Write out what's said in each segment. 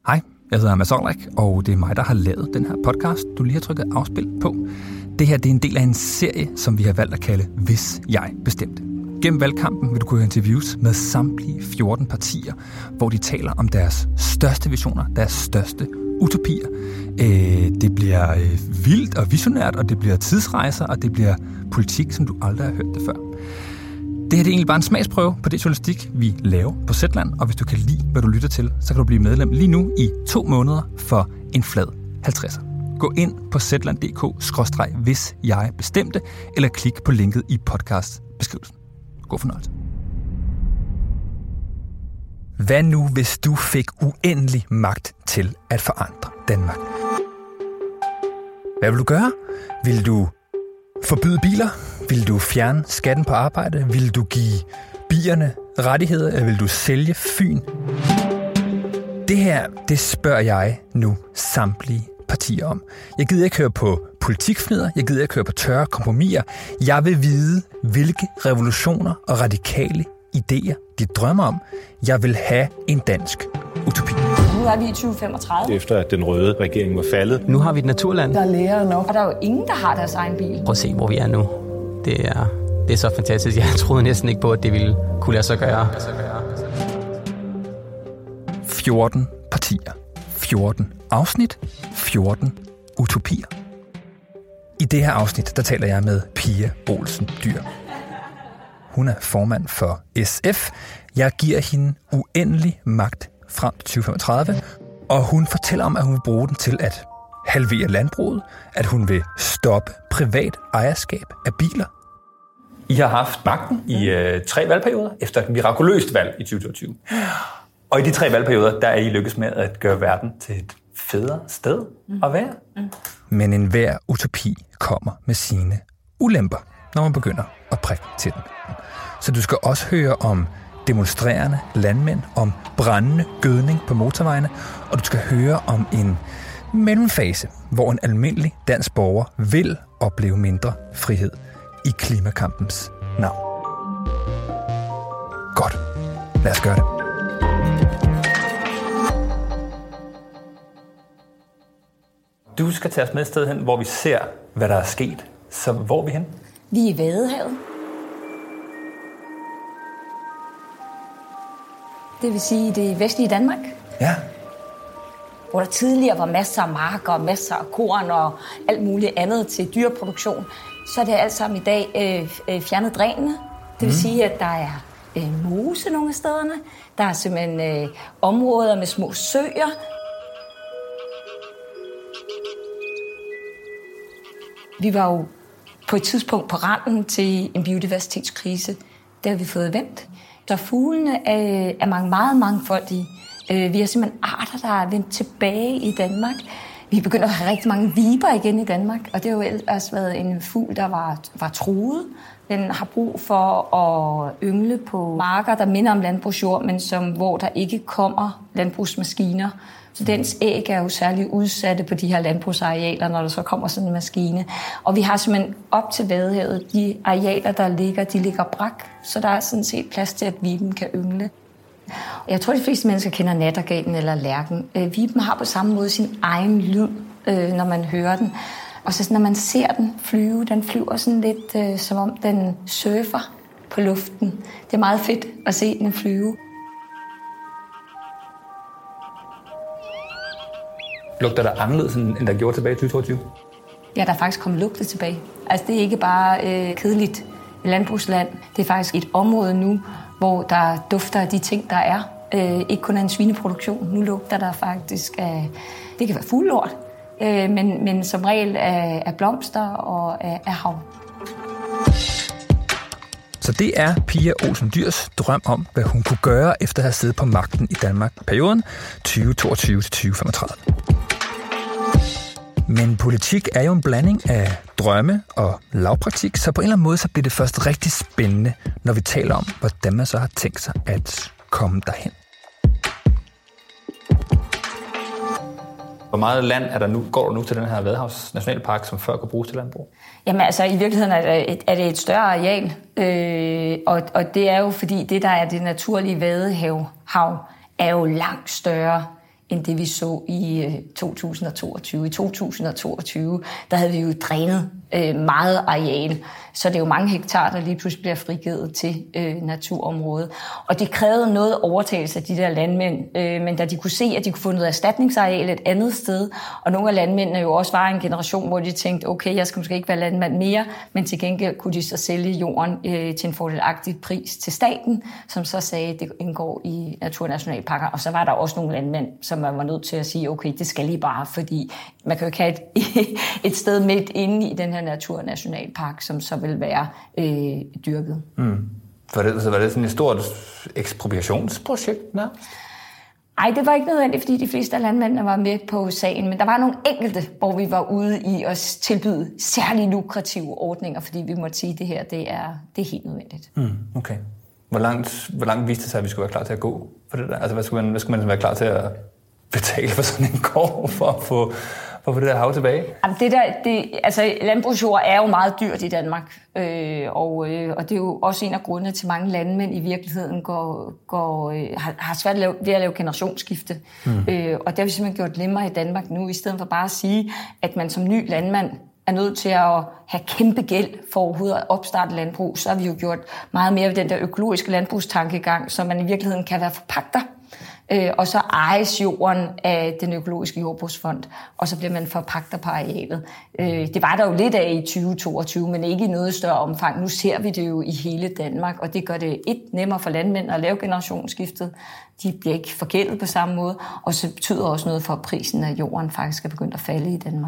Hej, jeg hedder Mads Olrik, og det er mig, der har lavet den her podcast, du lige har trykket afspil på. Det her det er en del af en serie, som vi har valgt at kalde Hvis jeg bestemte. Gennem valgkampen vil du kunne høre interviews med samtlige 14 partier, hvor de taler om deres største visioner, deres største utopier. Det bliver vildt og visionært, og det bliver tidsrejser, og det bliver politik, som du aldrig har hørt det før. Det her det er egentlig bare en smagsprøve på det journalistik, vi laver på Zetland, og hvis du kan lide, hvad du lytter til, så kan du blive medlem lige nu i 2 måneder for en flad 50'er. Gå ind på zetland.dk/hvis jeg bestemte, eller klik på linket i podcastbeskrivelsen. God fornøjelse. Hvad nu, hvis du fik uendelig magt til at forandre Danmark? Hvad vil du gøre? Vil du forbyde biler? Vil du fjerne skatten på arbejde? Vil du give bierne rettigheder? Eller vil du sælge Fyn? Det her, det spørger jeg nu samtlige partier om. Jeg gider ikke høre på politikfnider. Jeg gider ikke høre på tørre kompromiser. Jeg vil vide, hvilke revolutioner og radikale idéer de drømmer om. Jeg vil have en dansk utopi. Nu er vi i 2035. Efter at den røde regering var faldet. Nu har vi et naturland. Der er læger nok. Og der er jo ingen, der har deres egen bil. Prøv at se, hvor vi er nu. Det er så fantastisk. Jeg troede næsten ikke på, at det ville kunne lade sig gøre. 14 partier, 14 afsnit, 14 utopier. I det her afsnit, der taler jeg med Pia Olsen Dyhr. Hun er formand for SF. Jeg giver hende uendelig magt frem til 2035, og hun fortæller om, at hun vil bruge den til at halvere landbruget, at hun vil stoppe privat ejerskab af biler. I har haft magten i 3 valgperioder efter et mirakuløst valg i 2022. Og i de 3 valgperioder, der er I lykkes med at gøre verden til et federe sted at være. Men enhver utopi kommer med sine ulemper, når man begynder at prikke til den. Så du skal også høre om demonstrerende landmænd, om brændende gødning på motorvejene, og du skal høre om en mellemfase, hvor en almindelig dansk borger vil opleve mindre frihed i klimakampens navn. Godt. Lad os gøre det. Du skal tage os med et sted hen, hvor vi ser, hvad der er sket. Så hvor er vi hen? Vi er i Vadehavet. Det vil sige det vestlige Danmark. Ja. Hvor der tidligere var masser af marker og masser af korn og alt muligt andet til dyreproduktion, så er det alt sammen i dag fjernet drænene. Det vil sige, at der er mose nogle af stederne. Der er simpelthen områder med små søer. Vi var jo på et tidspunkt på randen til en biodiversitetskrise. Det har vi fået vendt. Så fuglene er meget mangfoldige. Vi har simpelthen arter, der er vendt tilbage i Danmark. Vi begynder at have rigtig mange viber igen i Danmark, og det har jo ellers været en fugl, der var truet. Den har brug for at yngle på marker, der minder om landbrugsjord, men hvor der ikke kommer landbrugsmaskiner. Så dens æg er jo særligt udsatte på de her landbrugsarealer, når der så kommer sådan en maskine. Og vi har simpelthen op til Vadehavet, de arealer, der ligger brak, så der er sådan set plads til, at viben kan yngle. Jeg tror, de fleste mennesker kender nattergalen eller lærken. Viben har på samme måde sin egen lyd, når man hører den. Og så når man ser den flyve, den flyver sådan lidt som om den surfer på luften. Det er meget fedt at se den flyve. Lugter der anderledes, end der gjorde tilbage i 2022? Ja, der er faktisk kommet lugte tilbage. Altså, det er ikke bare kedeligt landbrugsland. Det er faktisk et område nu, hvor der dufter af de ting, der er. Ikke kun af en svineproduktion. Nu lugter der faktisk af, det kan være fuglelort, men som regel af blomster og af hav. Så det er Pia Olsen Dyhrs drøm om, hvad hun kunne gøre efter at have siddet på magten i Danmark perioden 2022-2035. Men politik er jo en blanding af drømme og lavpraktik, så på en eller anden måde så bliver det først rigtig spændende, når vi taler om, hvordan man så har tænkt sig at komme derhen. Hvor meget land går der nu til den her Vadehavs Nationalpark, som før kunne bruges til landbrug? Jamen altså, i virkeligheden er det et større areal, og det er jo fordi, det der er det naturlige Vadehav, er jo langt større end det vi så i 2022. I 2022, der havde vi jo drænet meget areal, så det er jo mange hektar, der lige pludselig bliver frigivet til naturområdet. Og det krævede noget overtagelse af de der landmænd, men da de kunne se, at de kunne få noget erstatningsareal et andet sted, og nogle af landmændene jo også var en generation, hvor de tænkte, okay, jeg skal måske ikke være landmand mere, men til gengæld kunne de så sælge jorden til en fordelagtig pris til staten, som så sagde, at det indgår i naturnationalparker. Og så var der også nogle landmænd, som man var nødt til at sige, okay, det skal I bare, fordi man kan jo ikke have et sted midt inde i den her naturnationalpark, som så vil være dyrket. Så var det sådan et stort ekspropriationsprojekt nærmest? Ej, det var ikke nødvendigt, fordi de fleste af landmændene var med på sagen, men der var nogle enkelte, hvor vi var ude i at tilbyde særligt lukrative ordninger, fordi vi måtte sige, at det her det er helt nødvendigt. Okay. Hvor langt viste det sig, at vi skulle være klar til at gå for det der? Altså, hvad skulle man være klar til at betale for sådan en gård for at få det der hav tilbage? Jamen landbrugsjord er jo meget dyrt i Danmark, og det er jo også en af grundene til, mange landmænd i virkeligheden har svært ved at lave generationsskifte. Og det har vi simpelthen gjort nemmere i Danmark nu, i stedet for bare at sige, at man som ny landmand er nødt til at have kæmpe gæld for overhovedet at opstarte landbrug. Så har vi jo gjort meget mere ved den der økologiske landbrugstankegang, så man i virkeligheden kan være forpagter. Og så ejes jorden af den økologiske jordbrugsfond, og så bliver man forpagter på arealet. Det var der jo lidt af i 2022, men ikke i noget større omfang. Nu ser vi det jo i hele Danmark, og det gør det nemmere for landmænd at lave generationsskiftet. De bliver ikke forgældet på samme måde, og så betyder også noget for, at prisen af jorden faktisk er begyndt at falde i Danmark.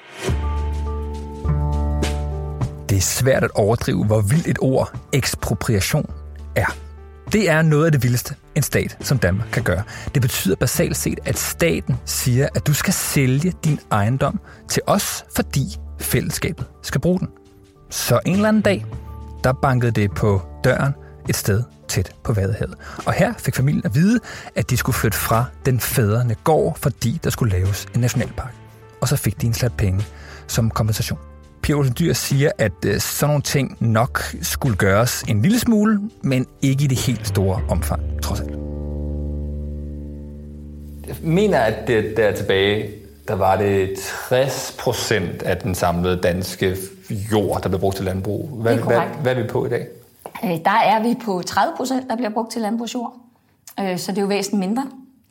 Det er svært at overdrive, hvor vildt et ord ekspropriation er. Det er noget af det vildeste, en stat som Danmark kan gøre. Det betyder basalt set, at staten siger, at du skal sælge din ejendom til os, fordi fællesskabet skal bruge den. Så en eller anden dag, der bankede det på døren et sted tæt på Vadehavet. Og her fik familien at vide, at de skulle flytte fra den fædrene gård, fordi der skulle laves en nationalpark. Og så fik de en slat penge som kompensation. Pia Olsen Dyhr siger, at sådan nogle ting nok skulle gøres en lille smule, men ikke i det helt store omfang, trods alt. Jeg mener, at det der tilbage, der var det 60% af den samlede danske jord, der blev brugt til landbrug. Hvad er vi på i dag? Der er vi på 30%, der bliver brugt til landbrugsjord. Så det er jo væsentligt mindre.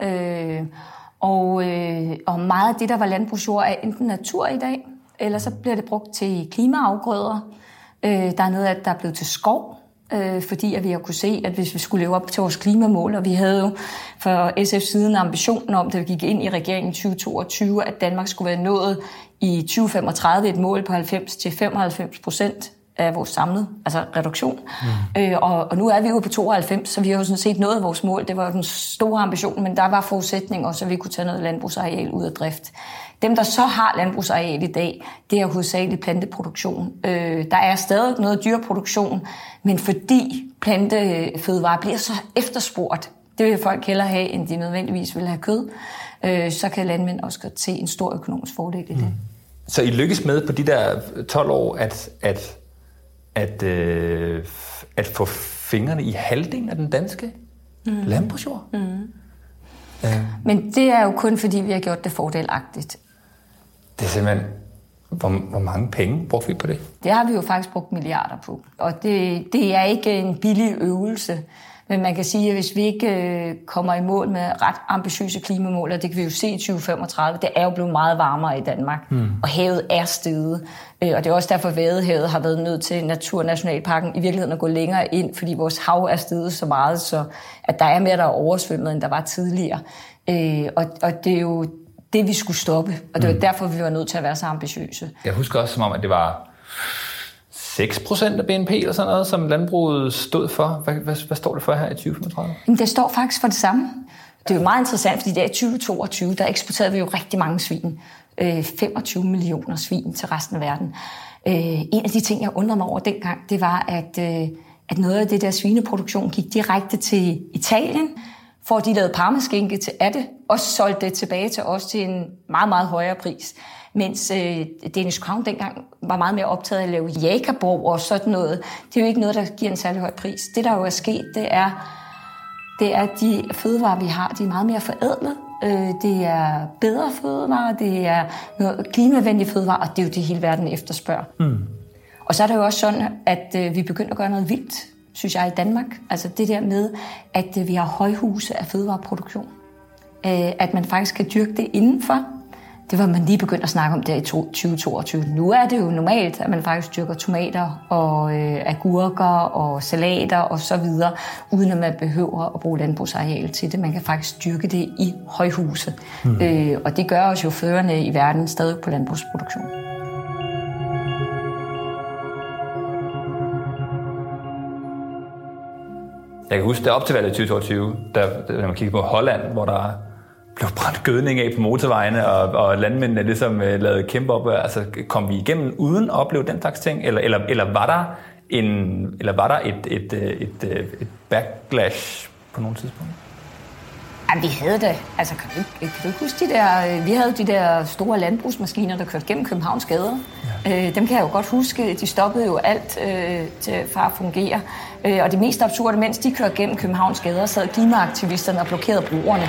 Og meget af det, der var landbrugsjord, er enten natur i dag, eller så bliver det brugt til klimaafgrøder. Der er noget af det, der er blevet til skov, fordi at vi har kunne se, at hvis vi skulle leve op til vores klimamål, og vi havde jo fra SF's side en ambition om, da vi gik ind i regeringen 2022, at Danmark skulle være nået i 2035 et mål på 90-95% af vores samlede, altså reduktion. Og nu er vi jo på 92, så vi har jo sådan set nået vores mål. Det var jo den store ambition, men der var forudsætninger, så vi kunne tage noget landbrugsareal ud af drift. Dem, der så har landbrugsareal i dag, det er hovedsageligt planteproduktion. Der er stadig noget dyreproduktion, men fordi plantefødevarer bliver så efterspurgt, det vil folk hellere have, end de nødvendigvis vil have kød, så kan landmænd også godt se en stor økonomisk fordel i det. Så I lykkes med på de der 12 år at få fingrene i halvdelen af den danske landbrugsjord? Men det er jo kun fordi, vi har gjort det fordelagtigt. Det er simpelthen... Hvor mange penge brugte vi på det? Det har vi jo faktisk brugt milliarder på. Og det er ikke en billig øvelse. Men man kan sige, at hvis vi ikke kommer i mål med ret ambitiøse klimamål, og det kan vi jo se i 2035, det er jo blevet meget varmere i Danmark, og havet er steget. Og det er også derfor, at Vadehavet har været nødt til Naturnationalparken i virkeligheden at gå længere ind, fordi vores hav er steget så meget, så at der er mere, der er oversvømmet, end der var tidligere. Og det er jo det, vi skulle stoppe, og det var derfor, vi var nødt til at være så ambitiøse. Jeg husker også som om, at det var 6% af BNP eller sådan noget, som landbruget stod for. Hvad står det for her i 2035? Det står faktisk for det samme. Det er jo meget interessant, fordi der i 2022, der eksporterede vi jo rigtig mange svin. 25 millioner svin til resten af verden. En af de ting, jeg undrede mig over dengang, det var, at noget af det der svineproduktion gik direkte til Italien, for de lavede parmaskinke af det, og solgte det tilbage til os til en meget, meget højere pris. Mens Danish Crown dengang var meget mere optaget af at lave jægerborg og sådan noget. Det er jo ikke noget, der giver en særlig høj pris. Det, der jo er sket, det er, at de fødevarer, vi har, de er meget mere forædlet. det er bedre fødevarer, det er noget klimavenlige fødevarer, og det er jo det, hele verden efterspørger. Og så er det jo også sådan, at vi begynder at gøre noget vildt, synes jeg, i Danmark. Altså det der med, at vi har højhuse af fødevareproduktion. At man faktisk kan dyrke det indenfor. Det var man lige begyndt at snakke om der i 2022. Nu er det jo normalt, at man faktisk dyrker tomater og agurker og salater og så videre, uden at man behøver at bruge landbrugsareal til det. Man kan faktisk dyrke det i højhuse. Og det gør også jo førerne i verden stadig på landbrugsproduktion. Jeg kan huske, da op til valget i 2022, når man kigger på Holland, hvor der blev brændt gødning af på motorvejene, og landmændene ligesom lavede kæmpe op. Altså, kom vi igennem uden at opleve den slags ting? Eller var der et backlash på nogle tidspunkt? Ja, vi havde det. Altså, kan du ikke huske de der... Vi havde de der store landbrugsmaskiner, der kørte gennem Københavns gader. Ja. Dem kan jeg jo godt huske. De stoppede jo alt for at fungere. Og det mest absurde, mens de kørte gennem Københavns gader, sad klimaaktivisterne og blokerede broerne.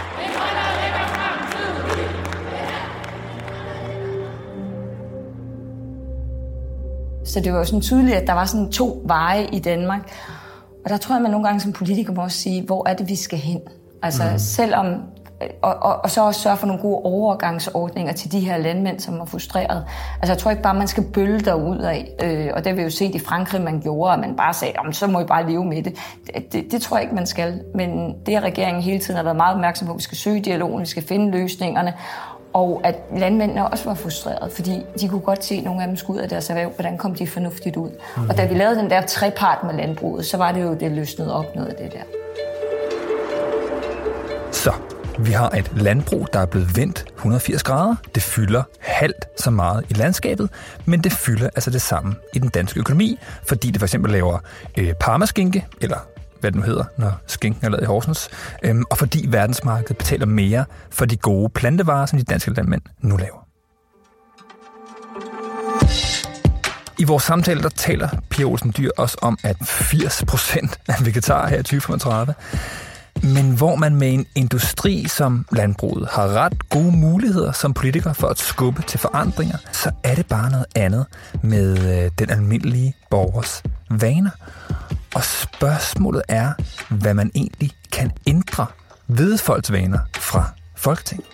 Så det var jo sådan tydeligt, at der var sådan 2 veje i Danmark. Og der tror jeg, man nogle gange som politiker må også sige, hvor er det, vi skal hen? Altså selvom... Og så også sørge for nogle gode overgangsordninger til de her landmænd, som er frustreret. Altså jeg tror ikke bare, man skal bølle derud af. Og det har vi jo set i Frankrig, man gjorde, at man bare sagde, så må I bare leve med det. Det tror jeg ikke, man skal. Men det, at regeringen hele tiden har været meget opmærksom på, at vi skal søge dialogen, vi skal finde løsningerne. Og at landmændene også var frustrerede, fordi de kunne godt se, at nogle af dem skulle ud af deres erhverv. Hvordan kom de fornuftigt ud? Og da vi lavede den der trepart med landbruget, så var det jo det løsnede op noget af det der. Så vi har et landbrug, der er blevet vendt 180 grader. Det fylder halvt så meget i landskabet, men det fylder altså det samme i den danske økonomi, fordi det for eksempel laver parmaskinke, eller hvad det nu hedder, når skinken er lavet i Horsens, og fordi verdensmarkedet betaler mere for de gode plantevarer, som de danske landmænd nu laver. I vores samtale, der taler Pia Olsen Dyhr også om, at 80% er vegetarer her i 2035. Men hvor man med en industri som landbruget har ret gode muligheder som politiker for at skubbe til forandringer, så er det bare noget andet med den almindelige borgers vaner. Og spørgsmålet er, hvad man egentlig kan ændre ved folks vaner fra Folketinget.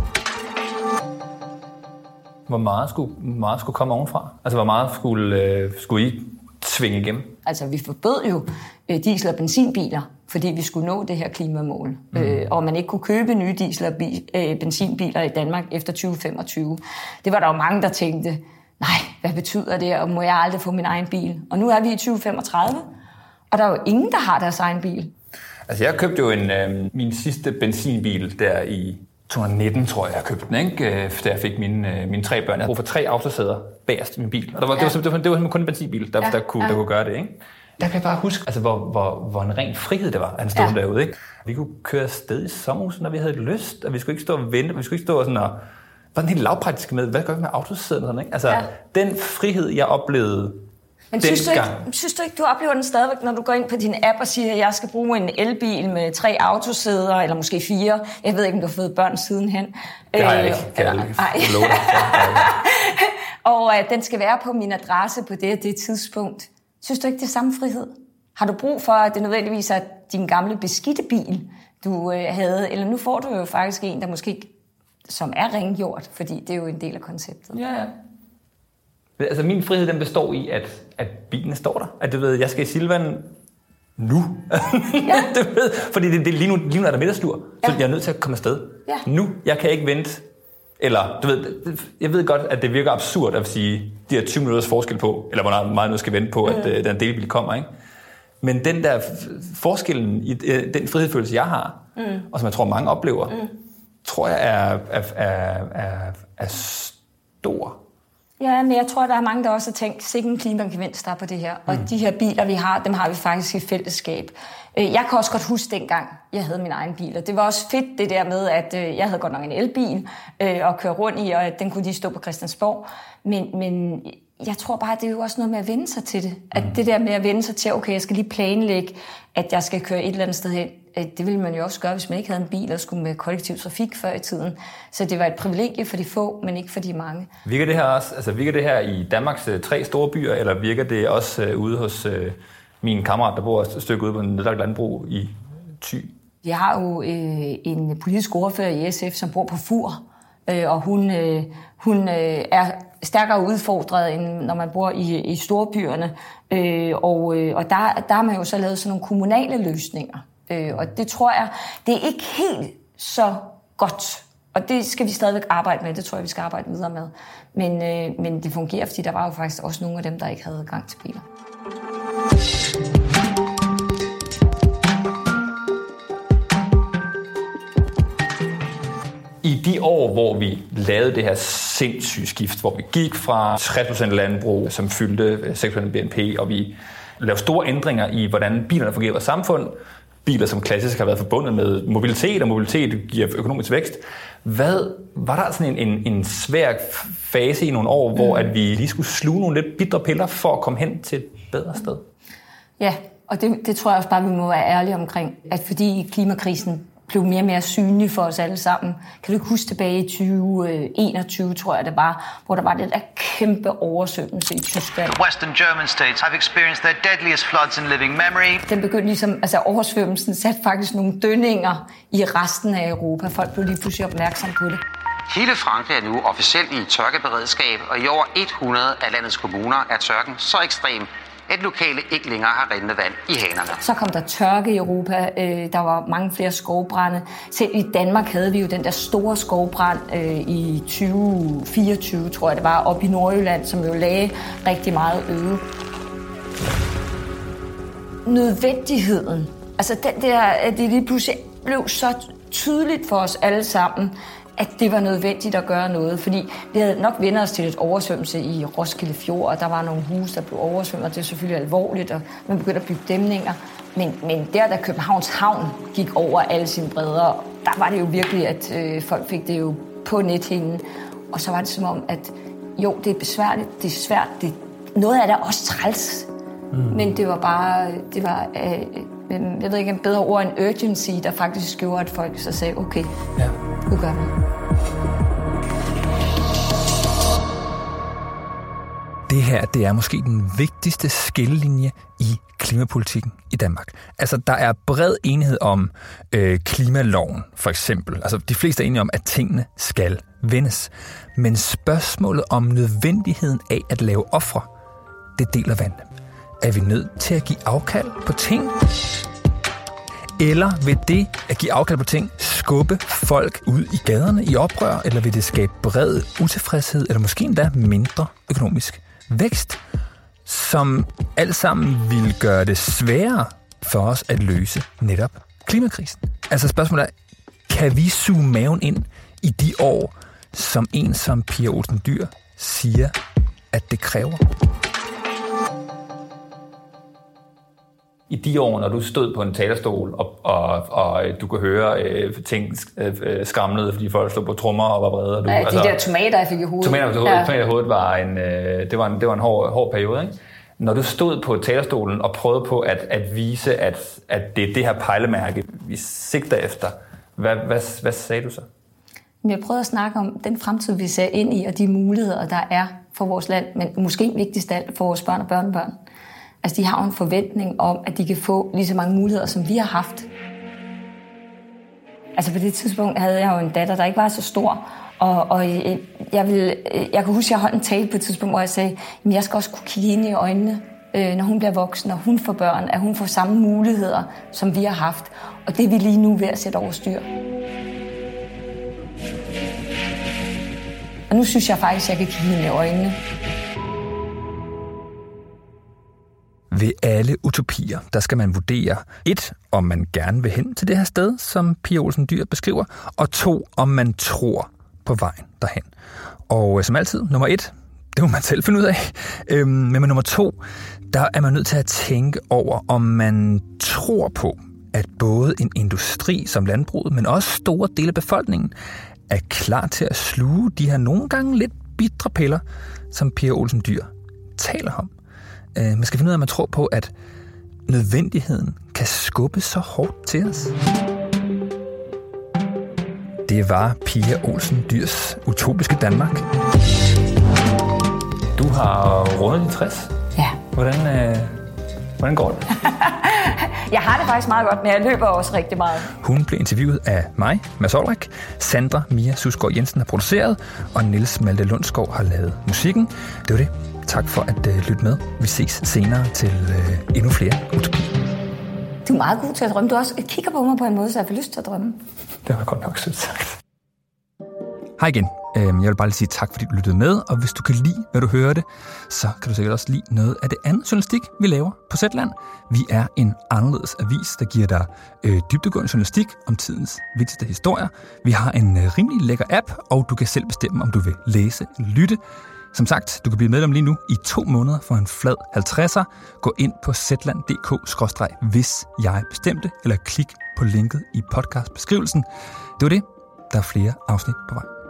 Hvor meget skulle komme ovenfra? Altså, hvor meget skulle I tvinge igennem? Altså, vi forbød jo diesel- og benzinbiler, fordi vi skulle nå det her klimamål. Og man ikke kunne købe nye diesel- og benzinbiler i Danmark efter 2025. Det var der jo mange, der tænkte, nej, hvad betyder det, og må jeg aldrig få min egen bil? Og nu er vi i 2035, og der er jo ingen, der har deres egen bil. Altså, jeg købte jo min sidste benzinbil der i 2019, tror jeg købte den, ikke? Da jeg fik mine 3 børn. Jeg brugte for 3 autosæder bagerst i min bil. Og det var simpelthen kun en benzinbil, der kunne gøre det, ikke? Der kan jeg bare huske, altså, hvor en ren frihed det var, at han stod derude, ikke? Vi kunne køre afsted i sommerhuset, når vi havde lyst, og vi skulle ikke stå og vente, vi skulle ikke stå og sådan og... var den helt lavpraktiske med, hvad gør vi med autosæderne, sådan, ikke? Altså, den frihed, jeg oplevede. Men synes du ikke, du oplever den stadigvæk, når du går ind på din app og siger, at jeg skal bruge en elbil med 3 autosæder, eller måske 4. Jeg ved ikke, om du har fået børn sidenhen. Det har jeg ikke, kan jeg love dig. Og den skal være på min adresse på det tidspunkt. Synes du ikke, det er samme frihed? Har du brug for, at det nødvendigvis er din gamle beskidte bil, du havde? Eller nu får du jo faktisk en, der måske som er rengjort, fordi det er jo en del af konceptet. Ja. Altså min frihed, den består i, at bilen står der. At du ved, jeg skal i Silvan nu. Ja. Du ved, fordi det lige nu er der middagslur, så jeg er nødt til at komme afsted. Ja. Nu. Jeg kan ikke vente. Eller, du ved, jeg ved godt, at det virker absurd at sige, de har 20 minutters forskel på, eller hvor meget nu skal vente på, at den delbil kommer, ikke? Men den der forskellen i den frihedsfølelse, jeg har, og som jeg tror, mange oplever, tror jeg er stor. Ja, men jeg tror, der er mange, der også har tænkt, sikken klimagevinst der er på det her. Og de her biler, vi har, dem har vi faktisk i fællesskab. Jeg kan også godt huske dengang, jeg havde min egen bil. Og det var også fedt det der med, at jeg havde godt nok en elbil at køre rundt i, og den kunne lige stå på Christiansborg. Men jeg tror bare, at det er jo også noget med at vende sig til det. At det der med at vende sig til, okay, jeg skal lige planlægge, at jeg skal køre et eller andet sted hen det ville man jo også gøre, hvis man ikke havde en bil og skulle med kollektiv trafik før i tiden. Så det var et privilegie for de få, men ikke for de mange. Virker det her også, altså virker det her i Danmarks 3 store byer, eller virker det også ude hos min kammerat, der bor et stykke ude på en nedlagt landbrug i Thy? Vi har jo en politisk ordfører i SF, som bor på Fur, og hun er stærkere udfordret, end når man bor i storbyerne. Og der har man jo så lavet sådan nogle kommunale løsninger. Og det tror jeg, det er ikke helt så godt. Og det skal vi stadigvæk arbejde med. Det tror jeg, vi skal arbejde videre med. Men det fungerer, fordi der var jo faktisk også nogle af dem, der ikke havde adgang til biler. I de år, hvor vi lavede det her sindssyge skift, hvor vi gik fra 60% landbrug, som fyldte 6% BNP, og vi lavede store ændringer i, hvordan bilerne fungerer i vores samfund, biler, som klassisk har været forbundet med mobilitet, og mobilitet giver økonomisk vækst. Var der sådan en svær fase i nogle år, hvor at vi lige skulle sluge nogle lidt bitre piller for at komme hen til et bedre sted? Ja, og det tror jeg også bare, vi må være ærlige omkring, at fordi klimakrisen blev mere og mere synlig for os alle sammen. Kan du ikke huske tilbage i 2021, tror jeg det var, hvor der var den der kæmpe oversvømmelse i Tyskland. Western German states have experienced their deadliest floods in living memory. Den begyndte ligesom, altså oversvømmelsen satte faktisk nogle dønninger i resten af Europa. Folk blev lige pludselig opmærksom på det. Hele Frankrig er nu officielt i tørkeberedskab, og i over 100 af landets kommuner er tørken så ekstrem, at lokale ikke længere har rindende vand i hanerne. Så kom der tørke i Europa, der var mange flere skovbrande. Selv i Danmark havde vi jo den der store skovbrand i 2024, tror jeg det var, oppe i Nordjylland, som jo lagde rigtig meget øde. Nødvendigheden, altså den der, at det lige pludselig blev så tydeligt for os alle sammen, at det var nødvendigt at gøre noget, fordi vi havde nok vendt os til et oversvømmelse i Roskilde Fjord, og der var nogle huse, der blev oversvømmet, og det er selvfølgelig alvorligt, og man begyndte at bygge dæmninger. Men der, da Københavns Havn gik over alle sine bredder, der var det jo virkelig, at folk fik det jo på nethinden. Og så var det som om, at jo, det er besværligt, det er svært, noget af det er også træls. Men det var bare, jeg ved ikke, en bedre ord end urgency, der faktisk gjorde, at folk så sagde, okay, nu gør vi. Det her, det er måske den vigtigste skillelinje i klimapolitikken i Danmark. Altså, der er bred enighed om klimaloven, for eksempel. Altså, de fleste er enige om, at tingene skal vendes. Men spørgsmålet om nødvendigheden af at lave ofre, det deler vandene. Er vi nødt til at give afkald på ting? Eller vil det at give afkald på ting skubbe folk ud i gaderne i oprør? Eller vil det skabe bred utilfredshed, eller måske endda mindre økonomisk vækst, som alt sammen vil gøre det sværere for os at løse netop klimakrisen? Altså spørgsmålet er, kan vi suge maven ind i de år, som en som Pia Olsen Dyhr siger, at det kræver? I de år, når du stod på en talerstol, og du kunne høre ting skramlede, fordi folk stod på trommer og var vrede. Og de der tomater, jeg fik i hovedet. Tomater i hovedet var en hård periode, ikke? Når du stod på talerstolen og prøvede på at vise, at det er det her pejlemærke, vi sigter efter, hvad sagde du så? Jeg prøvede at snakke om den fremtid, vi ser ind i, og de muligheder, der er for vores land, men måske vigtigst af alt for vores børn og børnebørn. Altså, de har jo en forventning om, at de kan få lige så mange muligheder, som vi har haft. Altså, på det tidspunkt havde jeg jo en datter, der ikke var så stor. Og jeg kan huske, at jeg holdt en tale på et tidspunkt, hvor jeg sagde, at jeg skal også kunne kigge ind i øjnene, når hun bliver voksen, og hun får børn, at hun får samme muligheder, som vi har haft. Og det er vi lige nu ved at sætte over styr. Og nu synes jeg faktisk, at jeg kan kigge ind i øjnene. Ved alle utopier, der skal man vurdere 1, om man gerne vil hen til det her sted, som Pia Olsen Dyhr beskriver, og 2, om man tror på vejen derhen. Og som altid, nummer 1, det må man selv finde ud af. Men med nummer 2, der er man nødt til at tænke over, om man tror på, at både en industri som landbruget, men også store dele af befolkningen, er klar til at sluge de her nogle gange lidt bitre piller, som Pia Olsen Dyhr taler om. Man skal finde ud af, at man tror på, at nødvendigheden kan skubbe så hårdt til os? Det var Pia Olsen Dyhrs utopiske Danmark. Du har rundet de 60. Ja. Hvordan går det? Jeg har det faktisk meget godt, men jeg løber også rigtig meget. Hun blev interviewet af mig, Mads Olrik, Sandra Mia Susgaard Jensen har produceret, og Niels Malte Lundsgaard har lavet musikken. Det var det. Tak for at lytte med. Vi ses senere til endnu flere utopier. Du er meget god til at drømme. Du også kigger på mig på en måde, så jeg får lyst til at drømme. Det var godt nok sødt sagt. Hej igen. Jeg vil bare lige sige tak, fordi du lyttede med, og hvis du kan lide, hvad du hørte, så kan du sikkert også lide noget af det andet journalistik, vi laver på Zetland. Vi er en anderledes avis, der giver dig dybdegående journalistik om tidens vigtigste historier. Vi har en rimelig lækker app, og du kan selv bestemme, om du vil læse eller lytte. Som sagt, du kan blive medlem lige nu i 2 måneder for en flad 50'er. Gå ind på zetland.dk/hvis jeg bestemte, eller klik på linket i podcastbeskrivelsen. Det var det. Der er flere afsnit på vej.